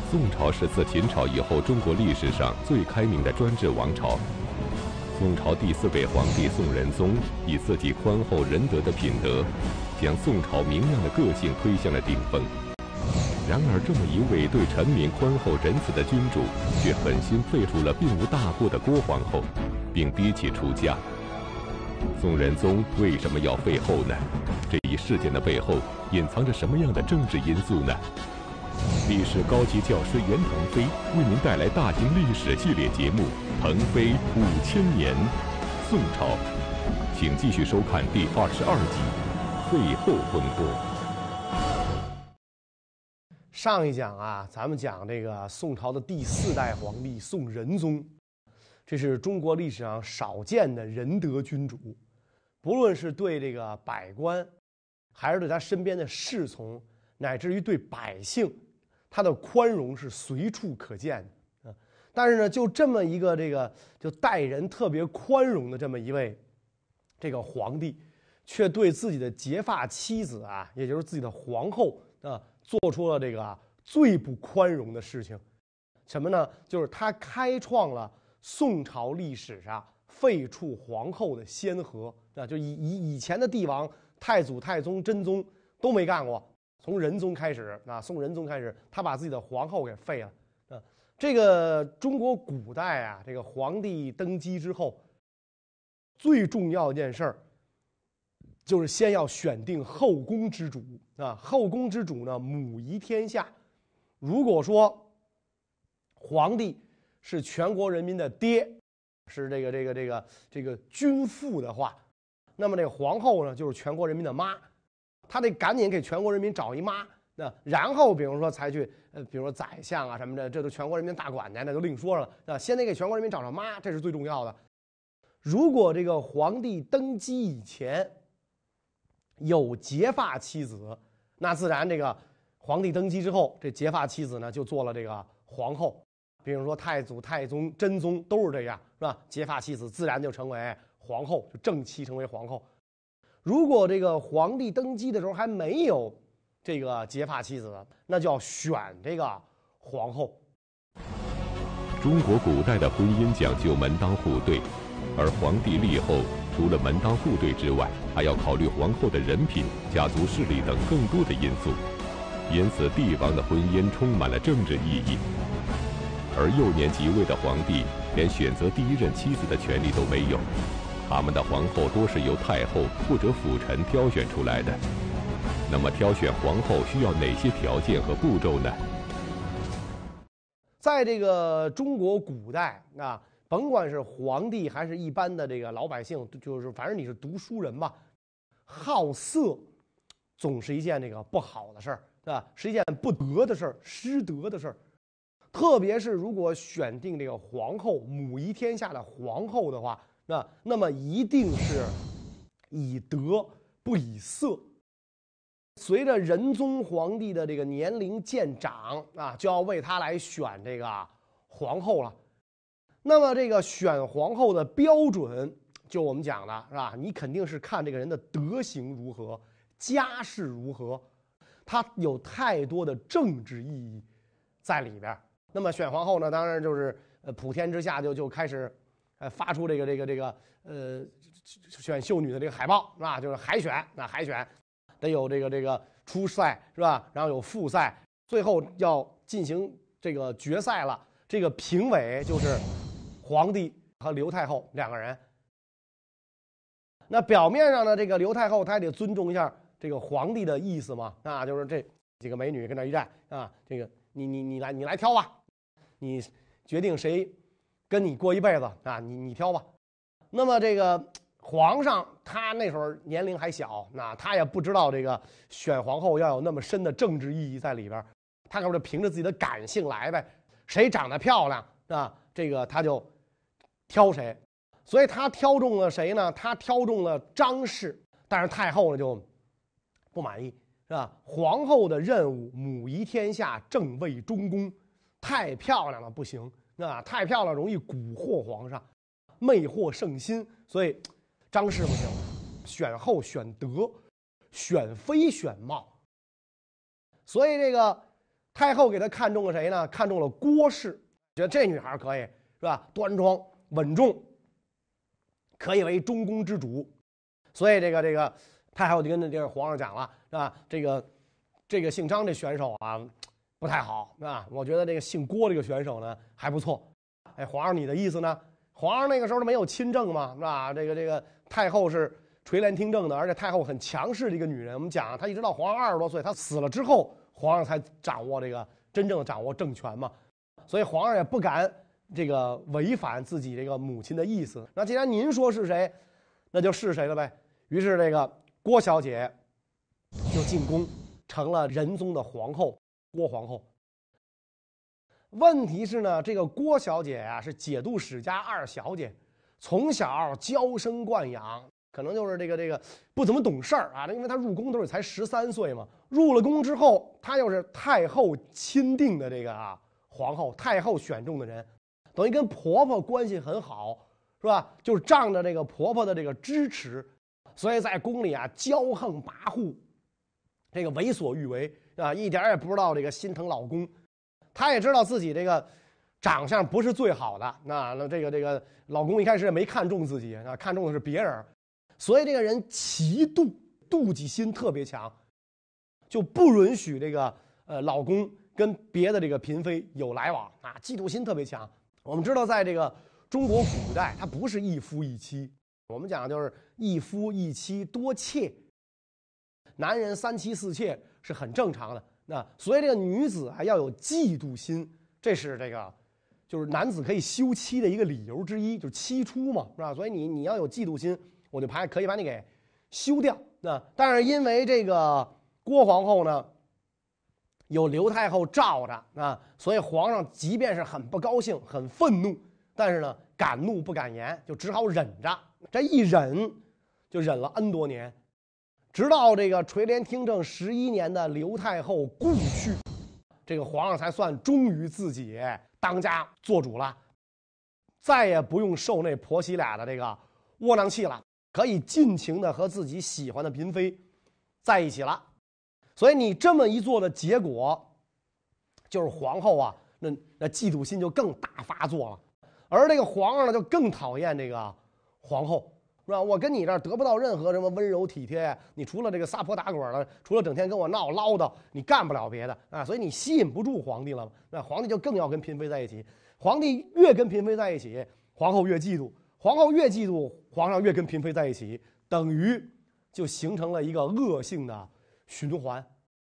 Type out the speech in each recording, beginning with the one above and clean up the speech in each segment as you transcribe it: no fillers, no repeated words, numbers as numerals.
宋朝是自秦朝以后中国历史上最开明的专制王朝。宋朝第4位皇帝宋仁宗以自己宽厚仁德的品德，将宋朝明亮的个性推向了顶峰。然而，这么一位对臣民宽厚仁慈的君主，却狠心废除了并无大过的郭皇后，并逼其出家。宋仁宗为什么要废后呢？这一事件的背后隐藏着什么样的政治因素呢？历史高级教师袁腾飞为您带来大型历史系列节目《腾飞5000年·宋朝》，请继续收看第22集《废后风波》。 上一讲啊，咱们讲这个宋朝的第4代皇帝宋仁宗，这是中国历史上少见的仁德君主，不论是对这个百官，还是对他身边的侍从，乃至于对百姓，他的宽容是随处可见的。但是呢，就这么一个就待人特别宽容的这么一位这个皇帝，却对自己的结发妻子啊，也就是自己的皇后啊，做出了这个最不宽容的事情。什么呢？就是他开创了宋朝历史上废黜皇后的先河啊！就以前的帝王太祖、太宗、真宗都没干过，从仁宗开始啊，宋仁宗开始，他把自己的皇后给废了啊。这个中国古代啊，这个皇帝登基之后，最重要一件事儿就是先要选定后宫之主啊。后宫之主呢，母仪天下。如果说皇帝是全国人民的爹，是这个君父的话，那么这个皇后呢，就是全国人民的妈，他得赶紧给全国人民找一妈。那然后比如说才去比如说宰相啊什么的，这都全国人民大管家，那就另说了。那先得给全国人民找着妈，这是最重要的。如果这个皇帝登基以前有结发妻子，那自然这个皇帝登基之后，这结发妻子呢就做了这个皇后。比如说太祖、太宗、真宗都是这样，是吧？结发妻子自然就成为皇后，就正妻成为皇后。如果这个皇帝登基的时候还没有这个结发妻子，那就要选这个皇后。 中国古代的婚姻讲究门当户对，而皇帝立后除了门当户对之外，还要考虑皇后的人品、家族势力等更多的因素，因此帝王的婚姻充满了政治意义。而幼年即位的皇帝连选择第一任妻子的权利都没有，他们的皇后多是由太后或者辅臣挑选出来的。那么挑选皇后需要哪些条件和步骤呢？ 在这个中国古代啊，甭管是皇帝还是一般的这个老百姓，就是反正你是读书人吧，好色总是一件这个不好的事儿，对吧？是一件不得的事儿，失德的事儿。特别是如果选定这个皇后，母仪天下的皇后的话，那么一定是以德不以色。随着仁宗皇帝的这个年龄渐长啊，就要为他来选这个皇后了。那么这个选皇后的标准，就我们讲的是吧？你肯定是看这个人的德行如何，家世如何，他有太多的政治意义在里边。那么选皇后呢，当然就是普天之下就开始发出这个选秀女的这个海报，是吧？就是海选，那海选得有这个初赛，是吧？然后有复赛，最后要进行这个决赛了。这个评委就是皇帝和刘太后两个人。那表面上呢，这个刘太后她也得尊重一下这个皇帝的意思嘛，啊，就是这几个美女跟那一站啊，这个你来挑吧，你决定谁跟你过一辈子啊，你挑吧。那么这个皇上他那时候年龄还小，那他也不知道这个选皇后要有那么深的政治意义在里边，他可不就凭着自己的感性来呗，谁长得漂亮啊，这个他就挑谁。所以他挑中了谁呢？他挑中了张氏，但是太后呢就不满意，是吧？皇后的任务母仪天下，正位中宫，太漂亮了不行，啊，太漂亮容易蛊惑皇上，魅惑圣心，所以张氏不行，选后选德，选妃选貌。所以这个太后给他看中了谁呢？看中了郭氏，觉得这女孩可以，是吧？端庄稳重，可以为中宫之主。所以这个太后就跟这个皇上讲了，是吧？这个姓张这选手啊不太好啊，我觉得这个姓郭这个选手呢还不错。哎，皇上你的意思呢？皇上那个时候没有亲政嘛，是吧？这个太后是垂帘听政的，而且太后很强势的一个女人。我们讲，她一直到皇上20多岁，她死了之后，皇上才掌握这个真正的掌握政权嘛。所以皇上也不敢这个违反自己这个母亲的意思。那既然您说是谁，那就是谁了呗。于是这个郭小姐就进宫，成了仁宗的皇后，郭皇后。问题是呢，这个郭小姐啊是节度使家2小姐，从小娇生惯养，可能就是这个不怎么懂事儿啊。因为她入宫都是才13岁嘛，入了宫之后，她又是太后钦定的这个皇后，太后选中的人，等于跟婆婆关系很好，是吧？就是仗着这个婆婆的这个支持，所以在宫里啊骄横跋扈，这个为所欲为啊，一点也不知道这个心疼老公。她也知道自己这个长相不是最好的，那这个老公一开始也没看中自己啊，看中的是别人，所以这个人奇妒忌心特别强，就不允许这个老公跟别的这个嫔妃有来往啊，嫉妒心特别强。我们知道，在这个中国古代，它不是一夫一妻，我们讲就是一夫一妻多妾，男人3妻4妾是很正常的。那所以这个女子还要有嫉妒心，这是这个就是男子可以休妻的一个理由之一，就是妻出嘛，是吧？所以你要有嫉妒心，我就可以把你给休掉。那但是因为这个郭皇后呢有刘太后罩着啊，所以皇上即便是很不高兴、很愤怒，但是呢敢怒不敢言，就只好忍着。这一忍就忍了 N 多年。直到这个垂帘听政11年的刘太后故去，这个皇上才算终于自己当家做主了，再也不用受那婆媳俩的这个窝囊气了，可以尽情的和自己喜欢的嫔妃在一起了。所以你这么一做的结果，就是皇后啊，那嫉妒心就更大发作了，而这个皇上呢就更讨厌这个皇后。是吧？我跟你这儿得不到任何什么温柔体贴呀，你除了这个撒泼打滚的，除了整天跟我闹唠叨，你干不了别的啊，所以你吸引不住皇帝了。那皇帝就更要跟嫔妃在一起，皇帝越跟嫔妃在一起，皇后越嫉妒，皇后越嫉妒，皇上越跟嫔妃在一起，等于就形成了一个恶性的循环。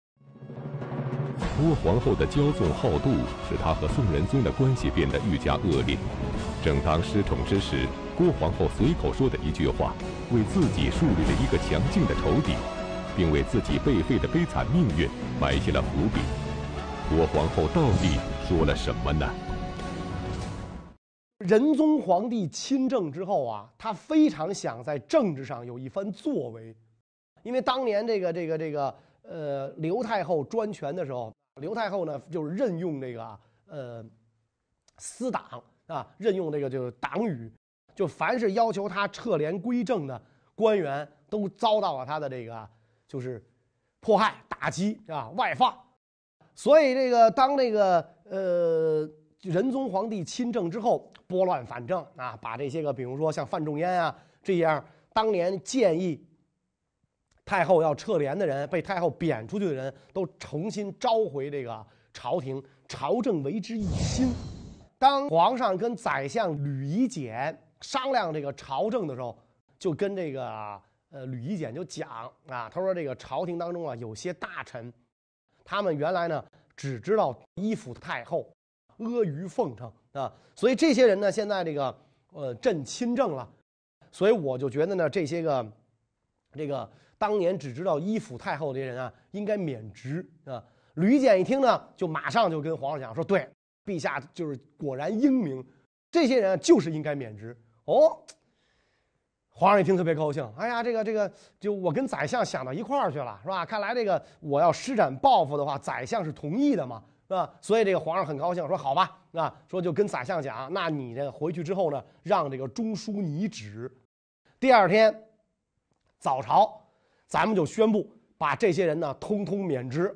郭皇后的骄纵好妒，使她和宋仁宗的关系变得愈加恶劣。正当失宠之时，郭皇后随口说的一句话，为自己树立了一个强劲的仇敌，并为自己被废的悲惨命运埋下了伏笔。郭皇后到底说了什么呢？ 仁宗皇帝亲政之后啊，他非常想在政治上有一番作为，因为当年刘太后专权的时候，刘太后呢就是任用这个私党啊，任用这个就是党羽。就凡是要求他撤帘归政的官员，都遭到了他的这个就是迫害、打击啊、外放。所以这个当这个仁宗皇帝亲政之后，拨乱反正啊，把这些个比如说像范仲淹啊这样当年建议太后要撤帘的人，被太后贬出去的人，都重新召回这个朝廷，朝政为之一新。当皇上跟宰相吕夷简商量这个朝政的时候，就跟这个吕夷简就讲啊，他说这个朝廷当中啊有些大臣，他们原来呢只知道依附太后，阿谀奉承啊，所以这些人呢现在这个朕亲政了，所以我就觉得呢这些个这个当年只知道依附太后的这些人啊应该免职啊。吕夷简一听呢，就马上就跟皇上讲说，对，陛下就是果然英明，这些人就是应该免职。哦，皇上一听特别高兴，哎呀，这个就我跟宰相想到一块儿去了，是吧？看来这个我要施展报复的话，宰相是同意的嘛，是吧？所以这个皇上很高兴，说好吧，啊，说就跟宰相讲，那你这个回去之后呢，让这个中书拟旨，第二天早朝，咱们就宣布把这些人呢通通免职。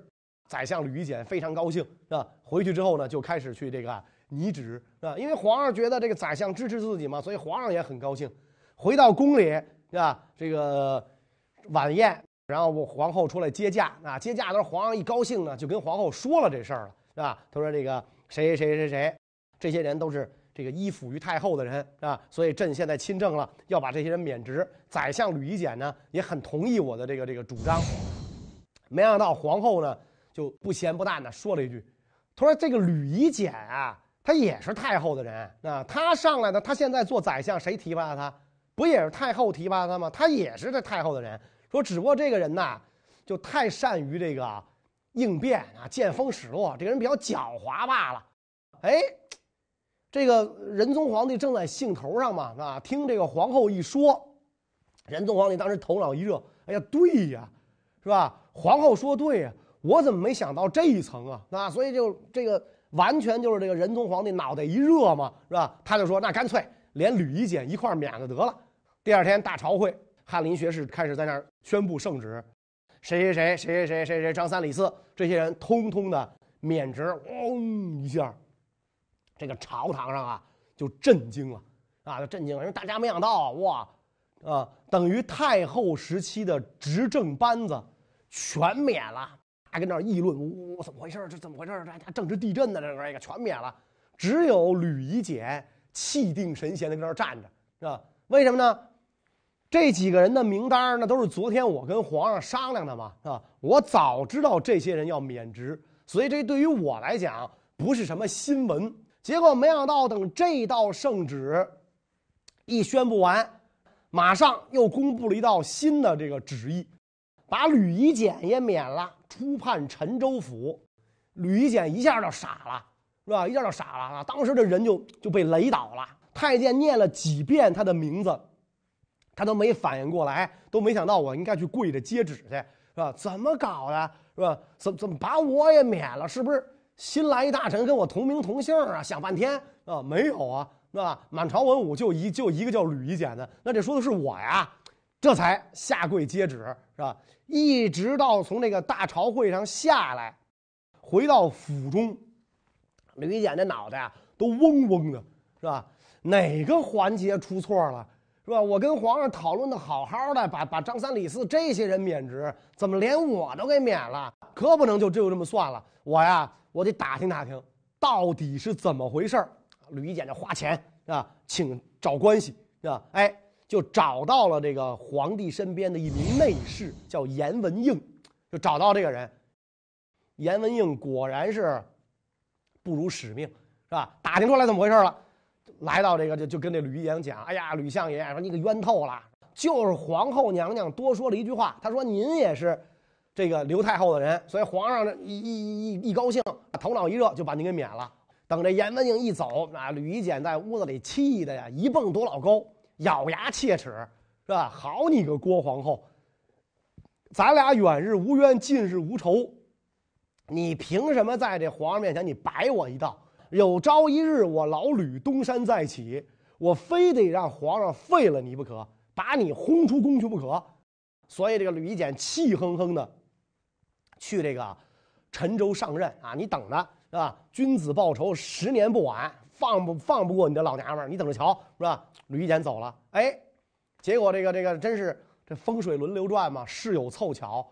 宰相吕夷简非常高兴啊，回去之后呢，就开始去这个拟旨啊，因为皇上觉得这个宰相支持自己嘛，所以皇上也很高兴。回到宫里啊，这个晚宴，然后皇后出来接驾啊，接驾的时候皇上一高兴呢，就跟皇后说了这事儿了啊，他说这个谁，这些人都是这个依附于太后的人啊，所以朕现在亲政了，要把这些人免职。宰相吕夷简呢也很同意我的这个主张。没想到皇后呢就不咸不淡的说了一句，他说这个吕夷简啊，他也是太后的人啊，他上来的，他现在做宰相，谁提拔他？不也是太后提拔他吗？他也是这太后的人。说只不过这个人呐，就太善于这个应变啊，见风使舵，这个人比较狡猾罢了。哎，这个仁宗皇帝正在兴头上嘛，啊，听这个皇后一说，仁宗皇帝当时头脑一热，哎呀，对呀，是吧？皇后说对呀，我怎么没想到这一层啊？啊，所以就这个完全就是这个仁宗皇帝脑袋一热嘛，是吧？他就说那干脆连吕夷简一块免了得了。第二天大朝会，翰林学士开始在那儿宣布圣旨，谁，张三李四这些人通通的免职，嗡一下，这个朝堂上啊就震惊了啊，就震惊了，因为大家没想到啊，哇啊，等于太后时期的执政班子全免了，还跟那儿议论，怎么回事？这怎么回事？这政治地震呢？这个全免了，只有吕夷简气定神闲的跟那儿站着，是吧？为什么呢？这几个人的名单呢，都是昨天我跟皇上商量的嘛，啊，我早知道这些人要免职，所以这对于我来讲不是什么新闻。结果没想到，等这道圣旨一宣布完，马上又公布了一道新的这个旨意，把吕夷简也免了，出判陈州府。吕夷简一下就傻了，是吧？一下就傻了啊！当时这人就被雷倒了。太监念了几遍他的名字，他都没反应过来，都没想到我应该去跪着接旨去，是吧？怎么搞的，是吧？怎么把我也免了？是不是新来一大臣跟我同名同姓啊？想半天啊，没有啊，是吧？满朝文武就一个叫吕夷简的，那这说的是我呀，这才下跪接旨，是吧？一直到从这个大朝会上下来，回到府中，吕夷简这脑袋啊都嗡嗡的，是吧？哪个环节出错了？是吧？我跟皇上讨论的好好的，把张三李四这些人免职，怎么连我都给免了？可不能就这么算了。我得打听打听，到底是怎么回事。吕夷简就花钱啊，请找关系啊，哎，就找到了这个皇帝身边的一名内侍，叫严文应，就找到这个人。严文应果然是不辱使命，是吧？打听出来怎么回事了。来到这个就跟这吕夷简讲，哎呀，吕相爷说你可冤透了，就是皇后娘娘多说了一句话，她说您也是这个刘太后的人，所以皇上一高兴，头脑一热就把您给免了。等这严文应一走啊，吕夷简在屋子里气的呀一蹦多老高，咬牙切齿，是吧？好你个郭皇后，咱俩远日无冤，近日无仇，你凭什么在这皇上面前你摆我一道？有朝一日我老吕东山再起，我非得让皇上废了你不可，把你轰出宫去不可。所以这个吕夷简气哼哼的去这个陈州上任啊，你等着是吧？君子报仇10年不晚，放不过你的老娘们儿，你等着瞧，是吧？吕夷简走了，哎，结果这个真是这风水轮流转嘛，事有凑巧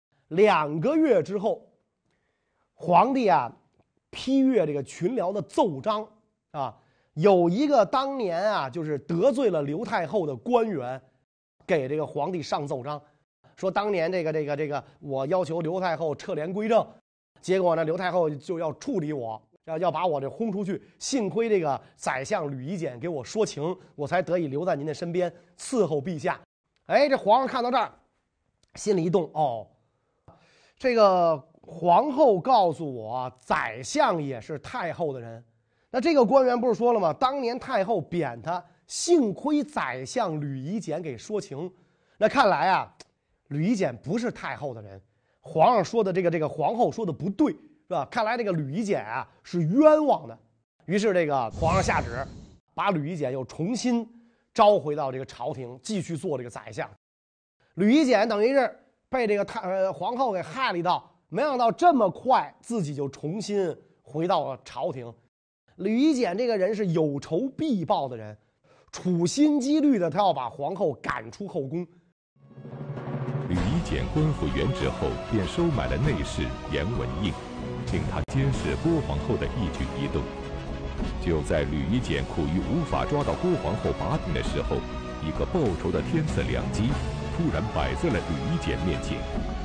，2个月之后，皇帝啊批阅这个群僚的奏章啊，有一个当年啊就是得罪了刘太后的官员，给这个皇帝上奏章，说当年这个我要求刘太后撤廉归正，结果呢刘太后就要处理我，要把我这轰出去，幸亏这个宰相吕夷简给我说情，我才得以留在您的身边伺候陛下。哎，这皇上看到这儿，心里一动，哦，这个皇后告诉我，宰相也是太后的人。那这个官员不是说了吗？当年太后贬他，幸亏宰相吕夷简给说情。那看来啊，吕夷简不是太后的人。皇上说的这个皇后说的不对，是吧？看来这个吕夷简啊是冤枉的。于是这个皇上下旨，把吕夷简又重新召回到这个朝廷，继续做这个宰相。吕夷简等于是被这个皇后给害了一道， 没想到这么快自己就重新回到了朝廷。吕夷简这个人是有仇必报的人，处心积虑的他要把皇后赶出后宫。 吕夷简官复原职后，便收买了内侍严文应，令他监视郭皇后的一举一动。就在吕夷简苦于无法抓到郭皇后把柄的时候，一个报仇的天赐良机突然摆在了吕夷简面前。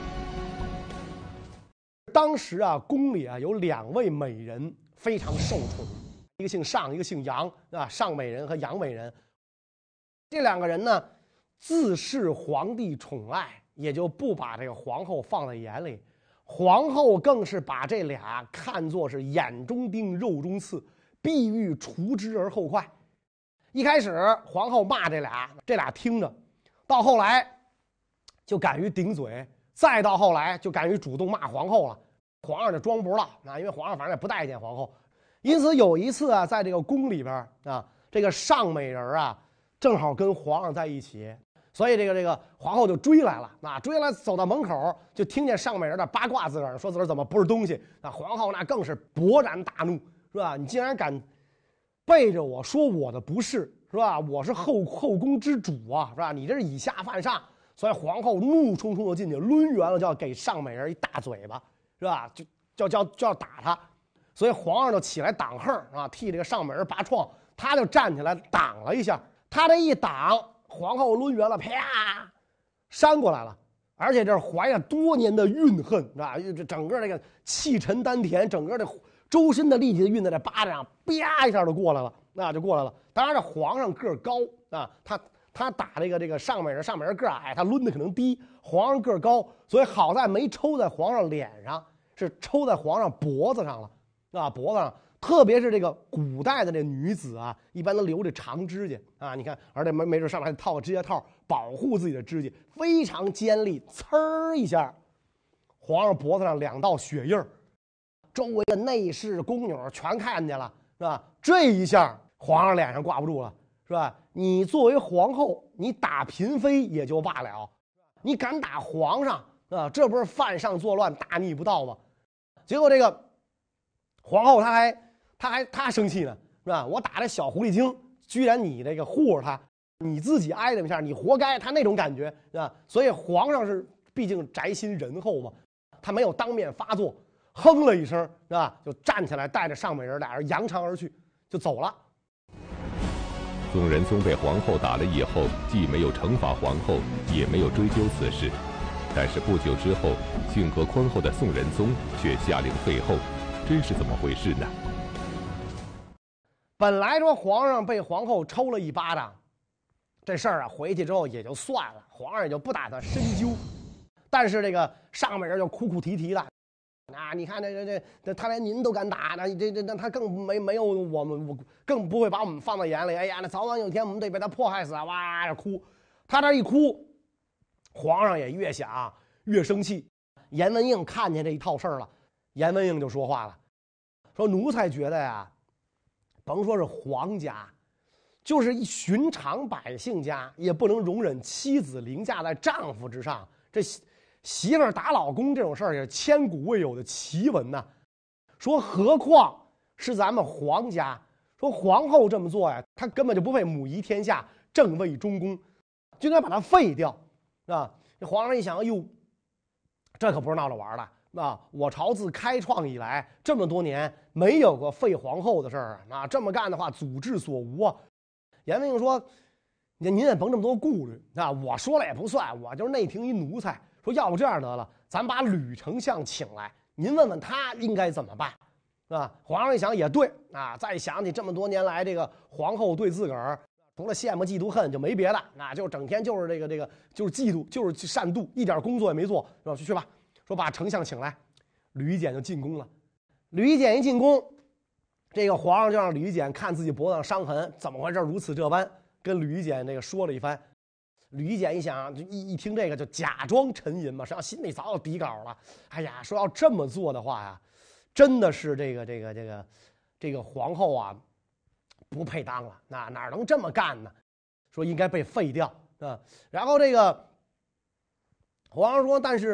当时啊，宫里啊有2位美人非常受宠，一个姓尚，一个姓杨啊，尚美人和杨美人。这2个人呢，自恃皇帝宠爱，也就不把这个皇后放在眼里。皇后更是把这俩看作是眼中钉、肉中刺，必欲除之而后快。一开始皇后骂这俩听着，到后来就敢于顶嘴，再到后来就敢于主动骂皇后了。皇上就装不知道啊，因为皇上反正也不待见皇后。因此有一次啊，在这个宫里边啊，这个尚美人啊正好跟皇上在一起，所以这个皇后就追来了啊，追来走到门口就听见尚美人的八卦自个儿，说自个儿怎么不是东西。那皇后那更是勃然大怒，是吧？你竟然敢背着我说我的不是，是吧？我是后宫之主啊，是吧？你这是以下犯上。所以皇后怒冲冲的进去，抡圆了就要给尚美人一大嘴巴，是吧？就要打他。所以皇上就起来挡横啊，替这个尚美人拔创，他就站起来挡了一下。他这一挡，皇后抡圆了，啪，扇过来了。而且这是怀着多年的怨恨，啊，这整个这个气沉丹田，整个这周身的力气运在这巴掌上，啪一下就过来了，那就过来了。当然这皇上个儿高啊，他打这个尚美人，尚美人个儿矮，他抡的可能低。皇上个儿高，所以好在没抽在皇上脸上，是抽在皇上脖子上了。啊，脖子上，特别是这个古代的这女子啊，一般都留着长指甲啊。你看，而且没准上面还套个指甲套，保护自己的指甲，非常尖利。呲儿一下，皇上脖子上2道血印儿，周围的内侍宫女全看见了，是吧？这一下，皇上脸上挂不住了，是吧？你作为皇后，你打嫔妃也就罢了，你敢打皇上啊？这不是犯上作乱，大逆不道吗？结果这个皇后她还生气呢，是吧？我打这小狐狸精，居然你这个护着他，你自己挨这么一下，你活该。他那种感觉，是吧？所以皇上是毕竟宅心仁厚嘛，他没有当面发作，哼了一声，是吧？就站起来，带着尚美人俩人扬长而去，就走了。 宋仁宗被皇后打了以后，既没有惩罚皇后，也没有追究此事。但是不久之后，性格宽厚的宋仁宗却下令废后，这是怎么回事呢？ 本来说皇上被皇后抽了一巴掌，这事儿啊回去之后也就算了，皇上也就不打算深究。但是这个尚美人就哭哭啼啼的，啊，你看这他连您都敢打，那他更没有我更不会把我们放在眼里。哎呀，那早晚有一天我们得被他迫害死啊！哇，这哭，他这一哭，皇上也越想越生气。严文应看见这一套事儿了，严文应就说话了，说奴才觉得呀，甭说是皇家，就是一寻常百姓家，也不能容忍妻子凌驾在丈夫之上。这媳妇儿打老公这种事儿也是千古未有的奇闻呐。说何况是咱们皇家，说皇后这么做呀，她根本就不配母仪天下，正位中宫，就应该把她废掉啊！这皇上一想，哟，这可不是闹着玩的啊！我朝自开创以来这么多年，没有过废皇后的事儿啊！这么干的话，祖制所无啊！严文应说：“您也甭这么多顾虑啊！我说了也不算，我就是内廷一奴才。说要不这样得了，咱把吕丞相请来，您问问他应该怎么办，是吧？”皇上一想也对啊，再想起这么多年来这个皇后对自个儿除了羡慕嫉妒恨就没别的，那就整天就是这个就是嫉妒，就是善妒，一点工作也没做，是吧？去吧，说把丞相请来。吕夷简就进宫了。吕夷简一进宫，这个皇上就让吕夷简看自己脖子上伤痕，怎么回事？如此这般，跟吕夷简这个说了一番。吕夷简一想，就一听这个就假装沉吟嘛，实际上心里早有底稿了。哎呀，说要这么做的话呀，真的是这个皇后啊，不配当了，哪能这么干呢？说应该被废掉啊。然后这个皇上说，但是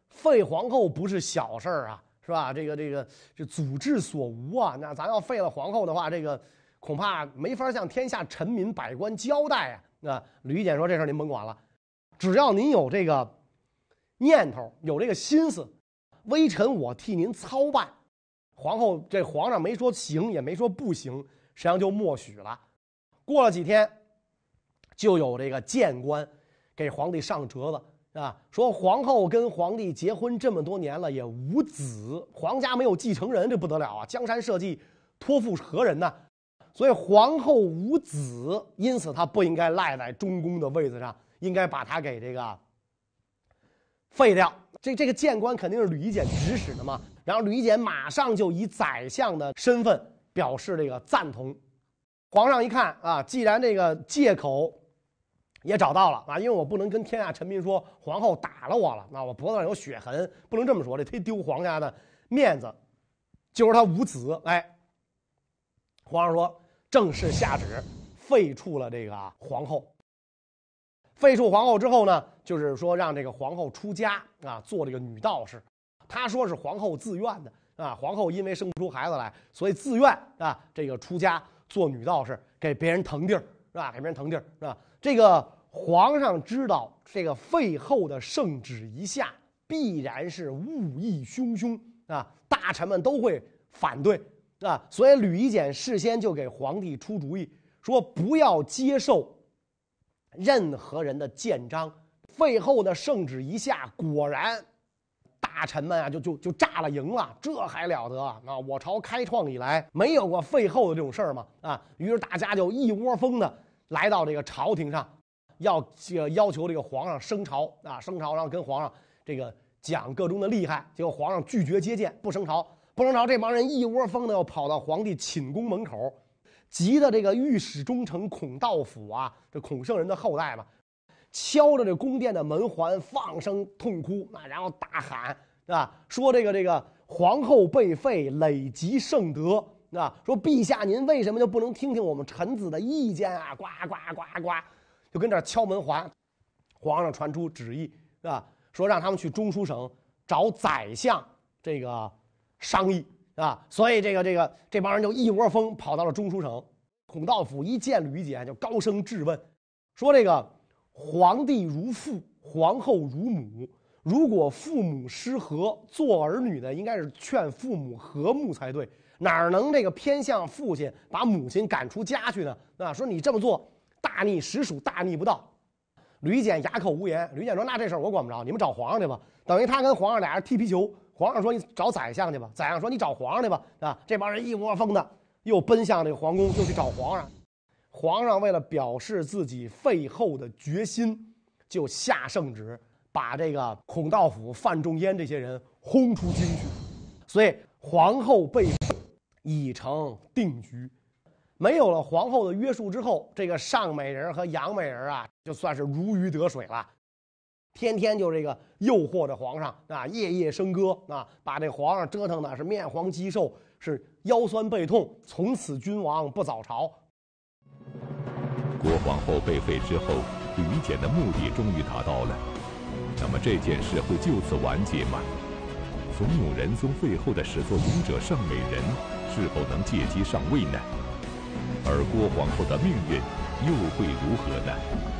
废皇后不是小事儿啊，是吧？这祖制所无啊，那咱要废了皇后的话，这个恐怕没法向天下臣民百官交代啊。那吕夷简说：“这事儿您甭管了，只要您有这个念头，有这个心思，微臣我替您操办。”皇后这皇上没说行，也没说不行，实际上就默许了。过了几天，就有这个谏官给皇帝上折子啊，说皇后跟皇帝结婚这么多年了，也无子，皇家没有继承人，这不得了啊！江山社稷托付何人呢？所以皇后无子，因此她不应该赖在中宫的位子上，应该把她给这个废掉。这个谏官肯定是吕夷简指使的嘛，然后吕夷简马上就以宰相的身份表示这个赞同。皇上一看啊，既然这个借口也找到了啊，因为我不能跟天下臣民说皇后打了我了，那我脖子上有血痕，不能这么说，这忒丢皇家的面子。就是他无子，哎，皇上说正式下旨废黜了这个皇后。废黜皇后之后呢，就是说让这个皇后出家啊，做这个女道士。他说是皇后自愿的啊，皇后因为生不出孩子来，所以自愿啊，这个出家做女道士，给别人腾地儿，是吧？给别人腾地儿，是吧？这个皇上知道这个废后的圣旨一下，必然是误议汹汹啊，大臣们都会反对啊，所以吕夷简事先就给皇帝出主意，说不要接受任何人的谏章。废后的圣旨一下，果然大臣们啊就炸了营了，这还了得啊！我朝开创以来没有过废后的这种事儿嘛啊！于是大家就一窝蜂的来到这个朝廷上，要求这个皇上升朝啊，升朝，然后跟皇上这个讲个中的厉害。结果皇上拒绝接见，不升朝，这帮人一窝蜂的要跑到皇帝寝宫门口，急的这个御史中丞孔道辅啊，这孔圣人的后代嘛，敲着这宫殿的门环，放声痛哭啊，然后大喊啊，说这个皇后被废，累积圣德啊，说陛下您为什么就不能听听我们臣子的意见啊？呱呱呱呱，就跟这儿敲门环。皇上传出旨意啊，说让他们去中书省找宰相这个商议啊，所以这帮人就一窝蜂跑到了中书省。孔道辅一见吕夷简就高声质问，说这个皇帝如父，皇后如母，如果父母失和，做儿女的应该是劝父母和睦才对，哪能这个偏向父亲，把母亲赶出家去呢？啊，说你这么做大逆，实属大逆不道。吕夷简哑口无言。吕夷简说：“那这事儿我管不着，你们找皇上去吧。”等于他跟皇上俩人踢皮球。皇上说：“你找宰相去吧。”宰相说：“你找皇上去吧。”啊，这帮人一窝蜂的又奔向这个皇宫，又去找皇上。皇上为了表示自己废后的决心，就下圣旨，把这个孔道辅、范仲淹这些人轰出京去。所以皇后被废已成定局。没有了皇后的约束之后，这个尚美人和杨美人啊，就算是如鱼得水了，天天就这个诱惑着皇上啊，夜夜笙歌啊，把这皇上折腾的是面黄肌瘦，是腰酸背痛，从此君王不早朝。 郭皇后被废之后，吕夷简的目的终于达到了。那么这件事会就此完结吗？怂恿仁宗废后的始作俑者尚美人是否能借机上位呢？而郭皇后的命运又会如何呢？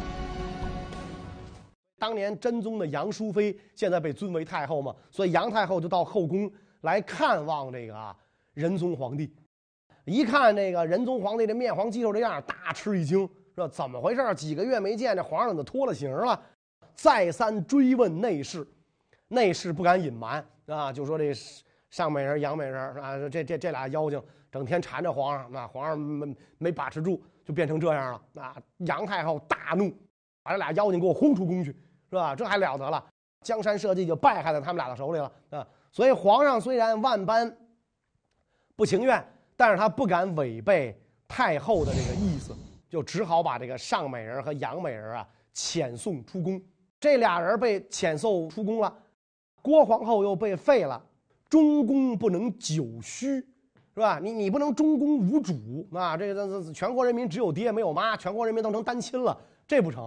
当年真宗的杨淑妃现在被尊为太后嘛，所以杨太后就到后宫来看望这个仁宗皇帝。一看这个仁宗皇帝这面黄肌瘦这样，大吃一惊，说怎么回事？几个月没见，这皇上怎么脱了形了？再三追问内侍，内侍不敢隐瞒啊，就说这尚美人、杨美人啊，这俩妖精整天缠着皇上，那皇上没把持住，就变成这样了啊！杨太后大怒，把这俩妖精给我轰出宫去，是吧？这还了得了？江山社稷就败害在他们俩的手里了啊！所以皇上虽然万般不情愿，但是他不敢违背太后的这个意思，就只好把这个尚美人和杨美人啊遣送出宫。这俩人被遣送出宫了，郭皇后又被废了，中宫不能久虚，是吧？你不能中宫无主啊！这全国人民只有爹没有妈，全国人民都成单亲了，这不成。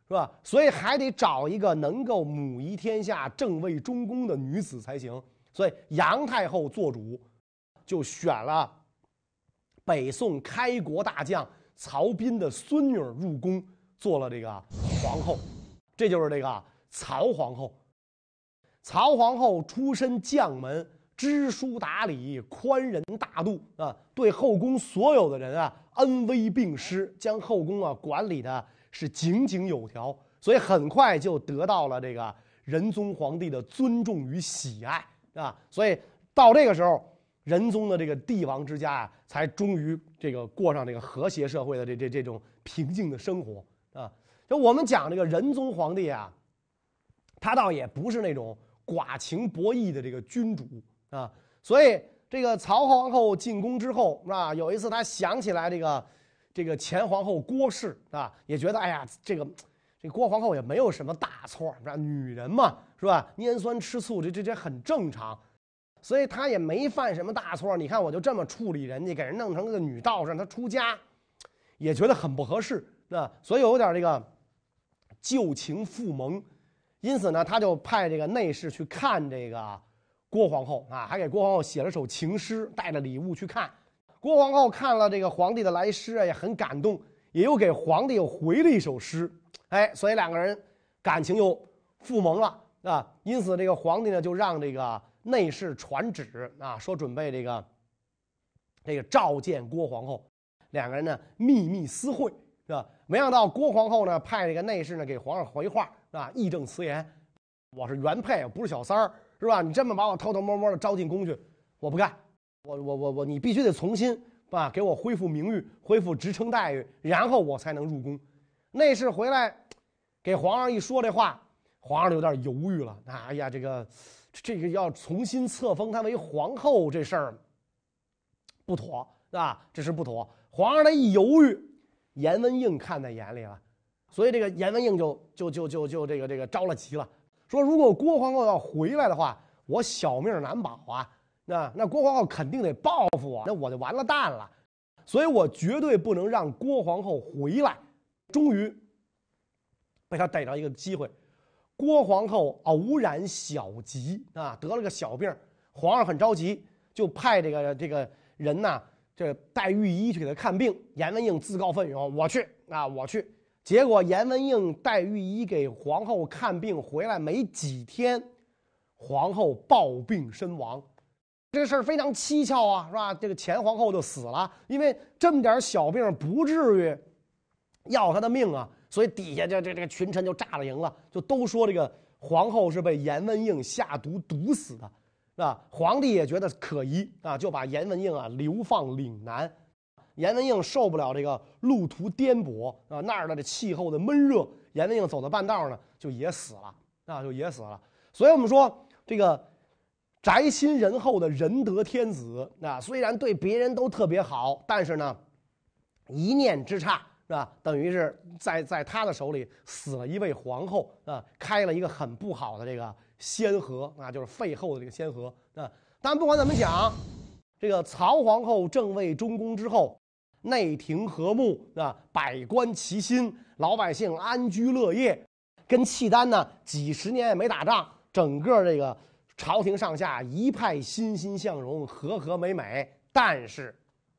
是吧？所以还得找一个能够母仪天下、正为中宫的女子才行。所以杨太后做主，就选了北宋开国大将曹彬的孙女入宫，做了这个皇后。这就是这个曹皇后。曹皇后出身将门，知书达理，宽仁大度啊，对后宫所有的人啊恩威并施，将后宫啊管理的是井井有条，所以很快就得到了这个仁宗皇帝的尊重与喜爱啊。所以到这个时候，仁宗的这个帝王之家啊，才终于这个过上这个和谐社会的这种平静的生活啊。就我们讲这个仁宗皇帝啊，他倒也不是那种寡情薄义的这个君主啊，所以这个曹皇后进宫之后啊，有一次他想起来这个前皇后郭氏啊，也觉得哎呀，这郭皇后也没有什么大错，是吧？女人嘛，是吧？拈酸吃醋，这很正常，所以他也没犯什么大错。你看我就这么处理人家，给人弄成个女道士，他出家也觉得很不合适啊，所以有点这个旧情复萌。因此呢，他就派这个内侍去看这个郭皇后啊，还给郭皇后写了首情诗，带着礼物去看。郭皇后看了这个皇帝的来诗啊，也很感动，也又给皇帝又回了一首诗，哎，所以两个人感情又复萌了啊。因此这个皇帝呢，就让这个内侍传旨啊，说准备这个召见郭皇后。两个人呢秘密私会，是吧？没想到郭皇后呢派这个内侍呢给皇上回话啊，义正辞严，我是原配，不是小三儿，是吧？你这么把我偷偷摸摸的招进宫去，我不干，我你必须得重新啊给我恢复名誉，恢复职称待遇，然后我才能入宫。内侍回来给皇上一说这话，皇上有点犹豫了。哎呀，这个要重新册封她为皇后这事儿不妥啊，这是不妥。皇上他一犹豫，严文应看在眼里了，所以这个严文应就这个着了急了，说如果郭皇后要回来的话，我小命难保啊。那郭皇后肯定得报复我，那我就完了蛋了，所以我绝对不能让郭皇后回来。终于被他逮着一个机会，郭皇后偶然小疾啊，得了个小病，皇上很着急，就派这个人呐，这带御医去给他看病。严文应自告奋勇，我去啊，我去。结果严文应带御医给皇后看病回来没几天，皇后暴病身亡。这个事儿非常蹊跷啊，是吧？这个前皇后就死了，因为这么点小病不至于要她的命啊，所以底下这个群臣就炸了营了，就都说这个皇后是被严文应下毒毒死的。啊，皇帝也觉得可疑啊，就把严文应啊流放岭南。严文应受不了这个路途颠簸啊，那儿的这气候的闷热，严文应走到半道呢就也死了啊，就也死了。所以我们说这个宅心仁厚的仁德天子啊，虽然对别人都特别好，但是呢一念之差是吧，等于是在他的手里死了一位皇后啊，开了一个很不好的这个先河啊，就是废后的这个先河啊。但不管怎么讲，这个曹皇后正位中宫之后，内廷和睦啊，百官齐心，老百姓安居乐业，跟契丹呢几十年也没打仗，整个这个朝廷上下一派欣欣向荣，和和美美。但是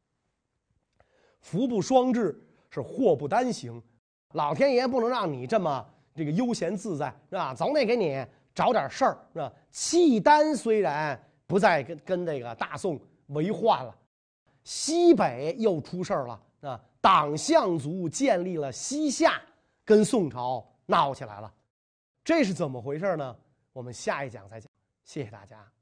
福不双至，是祸不单行，老天爷不能让你这么这个悠闲自在，是吧？总得给你找点事儿，是吧？契丹虽然不再跟这个大宋为患了，西北又出事儿了啊！党项族建立了西夏，跟宋朝闹起来了，这是怎么回事呢？我们下一讲再讲。谢谢大家。